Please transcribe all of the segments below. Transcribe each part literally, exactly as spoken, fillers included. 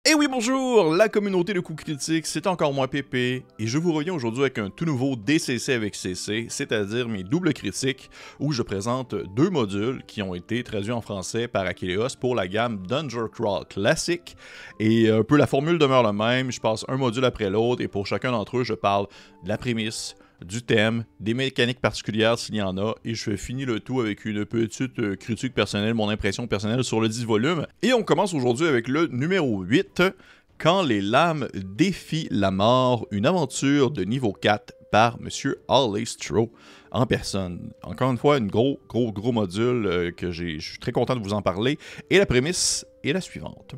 Et oui, bonjour, la communauté de coups critiques, c'est encore moi Pépé, et je vous reviens aujourd'hui avec un tout nouveau D C C avec C C, c'est-à-dire mes doubles critiques, où je présente deux modules qui ont été traduits en français par Achilleos pour la gamme Dungeon Crawl classique, et un peu la formule demeure la même, je passe un module après l'autre, et pour chacun d'entre eux, je parle de la prémisse, du thème, des mécaniques particulières s'il y en a, et je finis le tout avec une petite euh, critique personnelle, mon impression personnelle sur le dix volumes. Et on commence aujourd'hui avec le numéro huit, Quand les lames défient la mort, une aventure de niveau quatre par Monsieur Harley Stroh en personne. Encore une fois, un gros, gros, gros module euh, que j'ai, je suis très content de vous en parler. Et la prémisse est la suivante.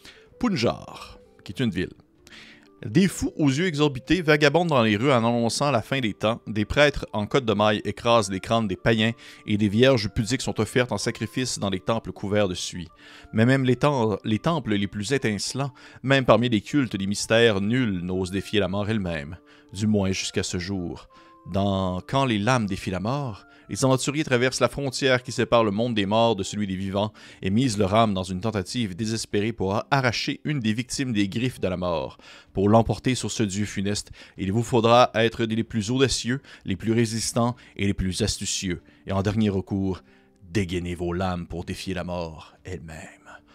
Punjar, qui est une ville. Des fous aux yeux exorbités vagabondent dans les rues en annonçant la fin des temps. Des prêtres en cotte de maille écrasent les crânes des païens et des vierges pudiques sont offertes en sacrifice dans des temples couverts de suie. Mais même les, tem les temples les plus étincelants, même parmi les cultes des mystères, nul n'ose défier la mort elle-même, du moins jusqu'à ce jour. Dans Quand les lames défient la mort, les aventuriers traversent la frontière qui sépare le monde des morts de celui des vivants et misent leur âme dans une tentative désespérée pour arracher une des victimes des griffes de la mort. Pour l'emporter sur ce dieu funeste, il vous faudra être les plus audacieux, les plus résistants et les plus astucieux. Et en dernier recours, dégainez vos lames pour défier la mort elle-même.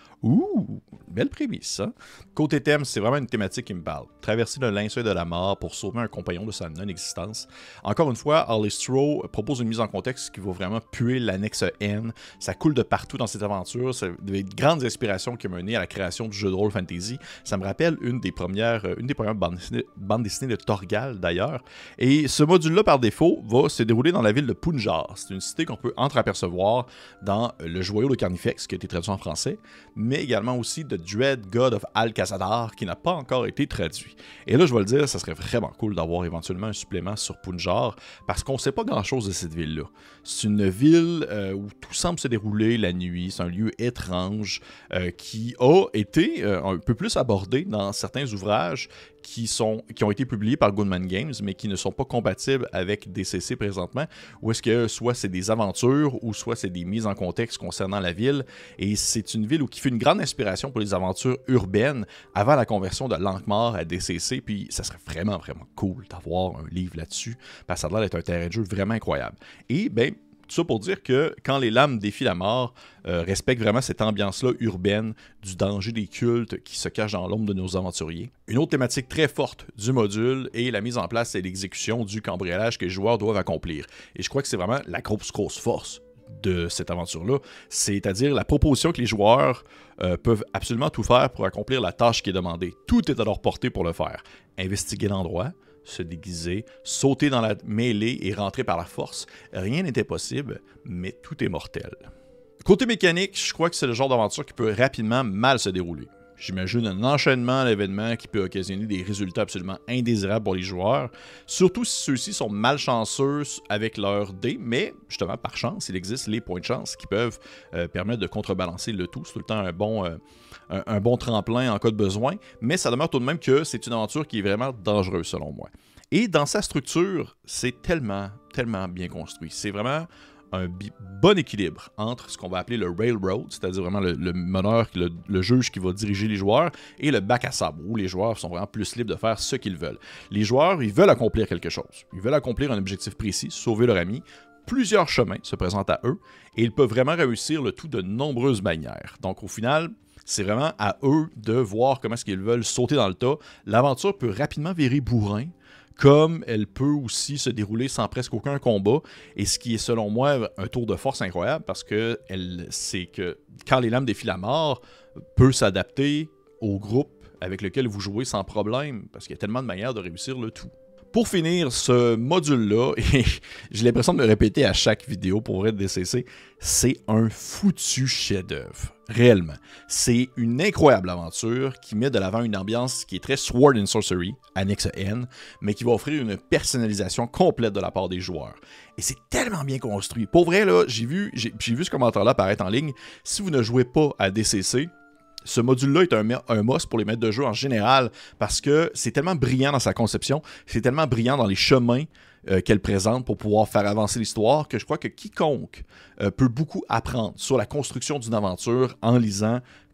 Ouh, belle prémisse, hein? Côté thème, c'est vraiment une thématique qui me parle. Traverser le linceul de la mort pour sauver un compagnon de sa non-existence. Encore une fois, Harley Stroh propose une mise en contexte qui va vraiment puer l'annexe N. Ça coule de partout dans cette aventure. C'est des grandes inspirations qui ont mené à la création du jeu de rôle fantasy. Ça me rappelle une des premières, une des premières bandes dessinées, bandes dessinées de Torgal, d'ailleurs. Et ce module-là, par défaut, va se dérouler dans la ville de Punjar. C'est une cité qu'on peut entreapercevoir dans Le Joyau de Carnifex, qui a été traduit en français, mais également aussi The Dread God of Al-Khazadar, qui n'a pas encore été traduit. Et là, je vais le dire, ça serait vraiment cool d'avoir éventuellement un supplément sur Punjar, parce qu'on ne sait pas grand-chose de cette ville-là. C'est une ville euh, où tout semble se dérouler la nuit, c'est un lieu étrange euh, qui a été euh, un peu plus abordé dans certains ouvrages qui, sont, qui ont été publiés par Goodman Games, mais qui ne sont pas compatibles avec D C C présentement, où est-ce que soit c'est des aventures, ou soit c'est des mises en contexte concernant la ville, et c'est une ville où qui fait une grande inspiration pour les aventures urbaines avant la conversion de l'Ankh-Mort à D C C, puis ça serait vraiment, vraiment cool d'avoir un livre là-dessus, parce que ça a l'air d'être un terrain de jeu vraiment incroyable. Et, ben, tout ça pour dire que Quand les lames défient la mort euh, respecte vraiment cette ambiance-là urbaine du danger des cultes qui se cachent dans l'ombre de nos aventuriers. Une autre thématique très forte du module est la mise en place et l'exécution du cambriolage que les joueurs doivent accomplir. Et je crois que c'est vraiment la grosse, grosse force de cette aventure-là, c'est-à-dire la proposition que les joueurs euh, peuvent absolument tout faire pour accomplir la tâche qui est demandée. Tout est à leur portée pour le faire. Investiguer l'endroit, se déguiser, sauter dans la mêlée et rentrer par la force. Rien n'était possible, mais tout est mortel. Côté mécanique, je crois que c'est le genre d'aventure qui peut rapidement mal se dérouler. J'imagine un enchaînement d'événements qui peut occasionner des résultats absolument indésirables pour les joueurs, surtout si ceux-ci sont malchanceux avec leur dé, mais justement, par chance, il existe les points de chance qui peuvent euh, permettre de contrebalancer le tout. C'est tout le temps un bon, euh, un, un bon tremplin en cas de besoin, mais ça demeure tout de même que c'est une aventure qui est vraiment dangereuse selon moi. Et dans sa structure, c'est tellement, tellement bien construit. C'est vraiment un bon équilibre entre ce qu'on va appeler le railroad, c'est-à-dire vraiment le, le meneur, le, le juge qui va diriger les joueurs, et le bac à sable, où les joueurs sont vraiment plus libres de faire ce qu'ils veulent. Les joueurs, ils veulent accomplir quelque chose. Ils veulent accomplir un objectif précis, sauver leur ami. Plusieurs chemins se présentent à eux, et ils peuvent vraiment réussir le tout de nombreuses manières. Donc au final, c'est vraiment à eux de voir comment est-ce qu'ils veulent sauter dans le tas. L'aventure peut rapidement virer bourrin, comme elle peut aussi se dérouler sans presque aucun combat, et ce qui est selon moi un tour de force incroyable, parce que elle, c'est que Quand les lames défient la mort peut s'adapter au groupe avec lequel vous jouez sans problème, parce qu'il y a tellement de manières de réussir le tout. Pour finir, ce module-là, et j'ai l'impression de me répéter à chaque vidéo pour vrai de D C C, c'est un foutu chef-d'œuvre. Réellement. C'est une incroyable aventure qui met de l'avant une ambiance qui est très Sword and Sorcery, annexe N, mais qui va offrir une personnalisation complète de la part des joueurs. Et c'est tellement bien construit. Pour vrai, là, j'ai vu, j'ai, j'ai vu ce commentaire-là apparaître en ligne. Si vous ne jouez pas à D C C, ce module-là est un, un must pour les maîtres de jeu en général, parce que c'est tellement brillant dans sa conception, c'est tellement brillant dans les chemins euh, qu'elle présente pour pouvoir faire avancer l'histoire, que je crois que quiconque euh, peut beaucoup apprendre sur la construction d'une aventure en lisant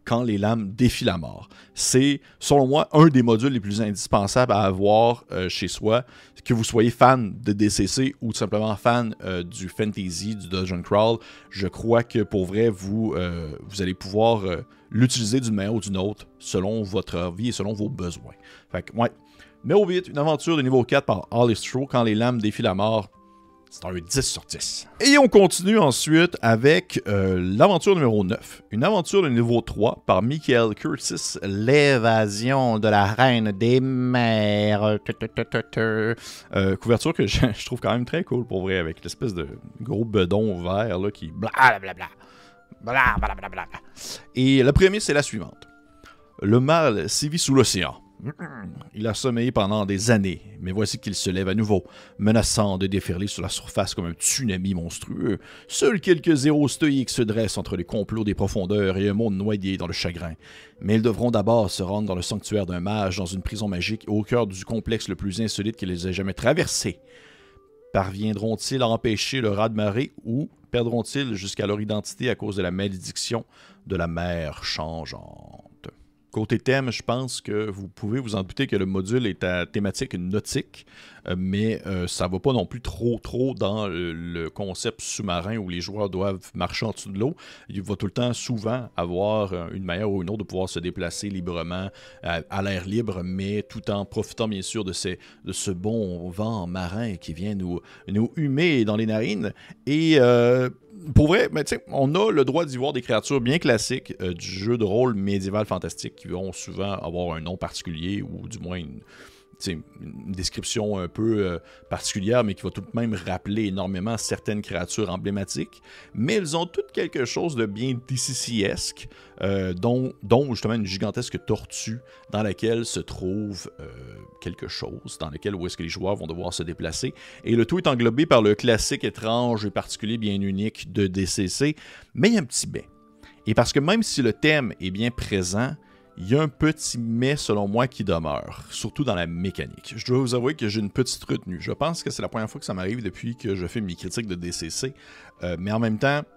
quand les lames défient la mort. C'est, selon moi, un des modules les plus indispensables à avoir euh, chez soi, que vous soyez fan de D C C ou tout simplement fan euh, du fantasy, du dungeon crawl. Je crois que pour vrai, vous, euh, vous allez pouvoir euh, l'utiliser d'une manière ou d'une autre selon votre vie et selon vos besoins. Fait que, ouais. Numéro huit, une aventure de niveau quatre par Alistro, quand les lames défient la mort. C'est un dix sur dix. Et on continue ensuite avec euh, l'aventure numéro neuf. Une aventure de niveau trois par Michael Curtis, L'évasion de la Reine des Mers. Euh, couverture que je, je trouve quand même très cool pour vrai, avec l'espèce de gros bedon vert là, qui blablabla. Blablabla. Et la première, c'est la suivante. Le mal sévit sous l'océan. Il a sommeillé pendant des années, mais voici qu'il se lève à nouveau, menaçant de déferler sur la surface comme un tsunami monstrueux. Seuls quelques héros stoïques se dressent entre les complots des profondeurs et un monde noyé dans le chagrin. Mais ils devront d'abord se rendre dans le sanctuaire d'un mage, dans une prison magique au cœur du complexe le plus insolite qu'ils les aient jamais traversé. Parviendront-ils à empêcher le raz-de-marée ou perdront-ils jusqu'à leur identité à cause de la malédiction de la mer changeante? Côté thème, je pense que vous pouvez vous en douter que le module est à thématique nautique, euh, mais euh, ça ne va pas non plus trop trop dans le, le concept sous-marin où les joueurs doivent marcher en dessous de l'eau. Il va tout le temps souvent avoir euh, une manière ou une autre de pouvoir se déplacer librement à, à l'air libre, mais tout en profitant bien sûr de, ces, de ce bon vent marin qui vient nous, nous humer dans les narines. Et... Euh, Pour vrai, mais on a le droit d'y voir des créatures bien classiques euh, du jeu de rôle médiéval fantastique qui vont souvent avoir un nom particulier ou du moins une, une description un peu euh, particulière, mais qui va tout de même rappeler énormément certaines créatures emblématiques. Mais elles ont toutes quelque chose de bien D C C-esque, euh, dont, dont justement une gigantesque tortue dans laquelle se trouve euh, quelque chose, dans laquelle où est-ce que les joueurs vont devoir se déplacer. Et le tout est englobé par le classique étrange et particulier bien unique de D C C, mais il y a un petit mais. Et parce que même si le thème est bien présent, il y a un petit mais, selon moi, qui demeure, surtout dans la mécanique. Je dois vous avouer que j'ai une petite retenue. Je pense que c'est la première fois que ça m'arrive depuis que je fais mes critiques de D C C. Euh, mais en même temps,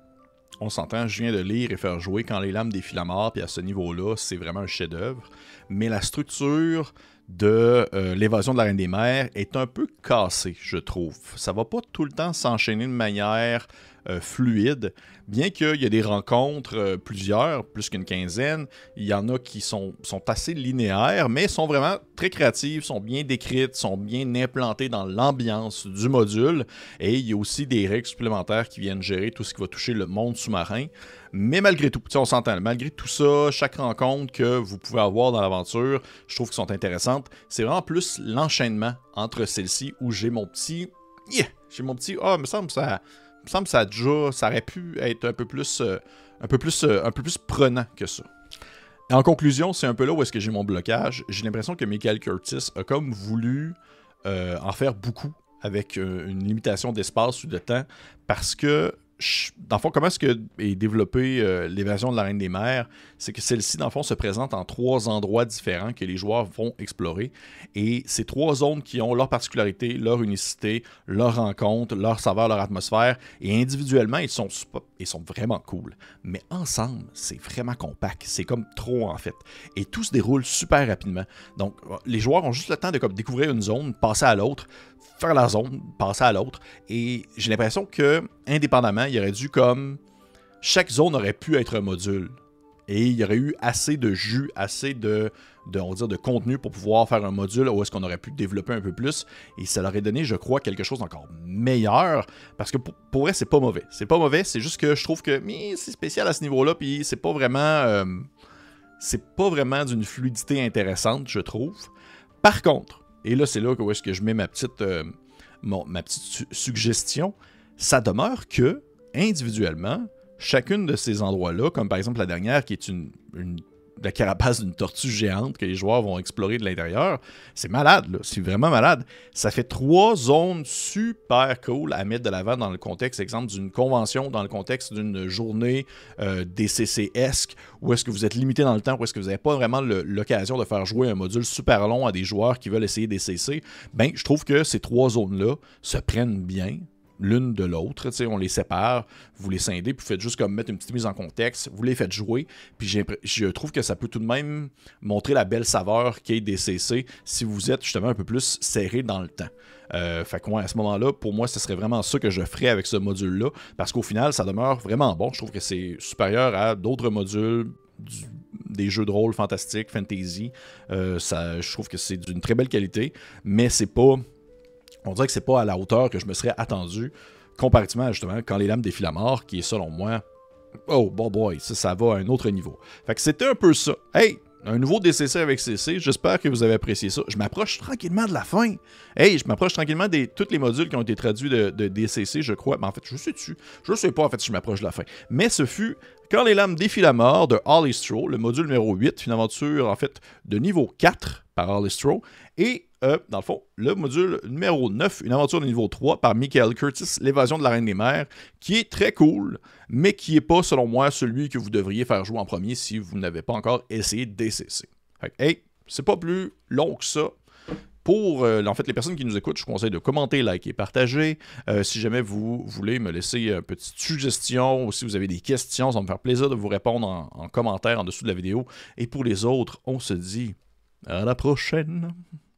on s'entend, je viens de lire et faire jouer Quand les lames défient la mort, puis à ce niveau-là, c'est vraiment un chef-d'œuvre. Mais la structure de euh, l'évasion de la Reine des Mers est un peu cassée, je trouve. Ça va pas tout le temps s'enchaîner de manière euh, fluide, bien qu'il y ait des rencontres, euh, plusieurs, plus qu'une quinzaine, il y en a qui sont, sont assez linéaires, mais sont vraiment très créatives, sont bien décrites, sont bien implantées dans l'ambiance du module, et il y a aussi des règles supplémentaires qui viennent gérer tout ce qui va toucher le monde sous-marin. Mais malgré tout, on s'entend, malgré tout ça, chaque rencontre que vous pouvez avoir dans l'aventure, je trouve qu'elles sont intéressantes. C'est vraiment plus l'enchaînement entre celles-ci où j'ai mon petit... Yeah! J'ai mon petit... Ah, oh, me semble que ça... me semble que ça a déjà... Ça aurait pu être un peu plus... Euh, un peu plus... Euh, un peu plus prenant que ça. Et en conclusion, c'est un peu là où est-ce que j'ai mon blocage. J'ai l'impression que Michael Curtis a comme voulu euh, en faire beaucoup avec euh, une limitation d'espace ou de temps parce que dans le fond, comment est-ce que est développée euh, l'évasion de la Reine des Mers? C'est que celle-ci, dans le fond, se présente en trois endroits différents que les joueurs vont explorer. Et ces trois zones qui ont leur particularité, leur unicité, leur rencontre, leur saveur, leur atmosphère. Et individuellement, ils sont, ils sont vraiment cool. Mais ensemble, c'est vraiment compact. C'est comme trop, en fait. Et tout se déroule super rapidement. Donc, les joueurs ont juste le temps de comme, découvrir une zone, passer à l'autre, faire la zone, passer à l'autre. Et j'ai l'impression que, indépendamment, il y aurait dû comme... Chaque zone aurait pu être un module. Et il y aurait eu assez de jus, assez de, de, on va dire, de contenu pour pouvoir faire un module où est-ce qu'on aurait pu développer un peu plus. Et ça leur aurait donné, je crois, quelque chose d'encore meilleur. Parce que pour, pour vrai, c'est pas mauvais. C'est pas mauvais, c'est juste que je trouve que c'est spécial à ce niveau-là. Puis c'est pas vraiment... Euh, c'est pas vraiment d'une fluidité intéressante, je trouve. Par contre, et là, c'est là où est-ce que je mets ma petite, euh, mon, ma petite su- suggestion, ça demeure que, individuellement, chacune de ces endroits-là, comme par exemple la dernière qui est une, une la carapace d'une tortue géante que les joueurs vont explorer de l'intérieur, c'est malade, là, c'est vraiment malade. Ça fait trois zones super cool à mettre de l'avant dans le contexte, exemple, d'une convention, dans le contexte d'une journée euh, D C C-esque, où est-ce que vous êtes limité dans le temps, où est-ce que vous n'avez pas vraiment le, l'occasion de faire jouer un module super long à des joueurs qui veulent essayer D C C. Ben, je trouve que ces trois zones-là se prennent bien. l'une de l'autre. On les sépare, vous les scindez, puis vous faites juste comme mettre une petite mise en contexte, vous les faites jouer, puis je trouve que ça peut tout de même montrer la belle saveur qu'est D C C si vous êtes justement un peu plus serré dans le temps. Euh, fait que ouais, à ce moment-là, pour moi, ce serait vraiment ça que je ferais avec ce module-là, parce qu'au final, ça demeure vraiment bon. Je trouve que c'est supérieur à d'autres modules, du, des jeux de rôle fantastiques, fantasy. Euh, ça, je trouve que c'est d'une très belle qualité, mais c'est pas... On dirait que c'est pas à la hauteur que je me serais attendu, comparativement à justement Quand les lames défilent à mort, qui est selon moi, oh bon boy, ça, ça va à un autre niveau. Fait que c'était un peu ça. Hey, un nouveau D C C avec C C, j'espère que vous avez apprécié ça. Je m'approche tranquillement de la fin. Hey, je m'approche tranquillement des tous les modules qui ont été traduits de, de D C C, je crois. Mais en fait, je sais dessus. Je sais pas en fait si je m'approche de la fin. Mais ce fut Quand les lames défilent à mort de Holly Stroh, le module numéro huit, une aventure en fait de niveau quatre par Holly Stroh. Et euh, dans le fond, le module numéro neuf, une aventure de niveau trois par Michael Curtis, L'évasion de la Reine des Mers, qui est très cool, mais qui n'est pas, selon moi, celui que vous devriez faire jouer en premier si vous n'avez pas encore essayé D C C. Fait que, hey, c'est pas plus long que ça. Pour euh, en fait, les personnes qui nous écoutent, je vous conseille de commenter, liker, partager. Euh, si jamais vous voulez me laisser une petite suggestion ou si vous avez des questions, ça va me faire plaisir de vous répondre en, en commentaire en dessous de la vidéo. Et pour les autres, on se dit à la prochaine.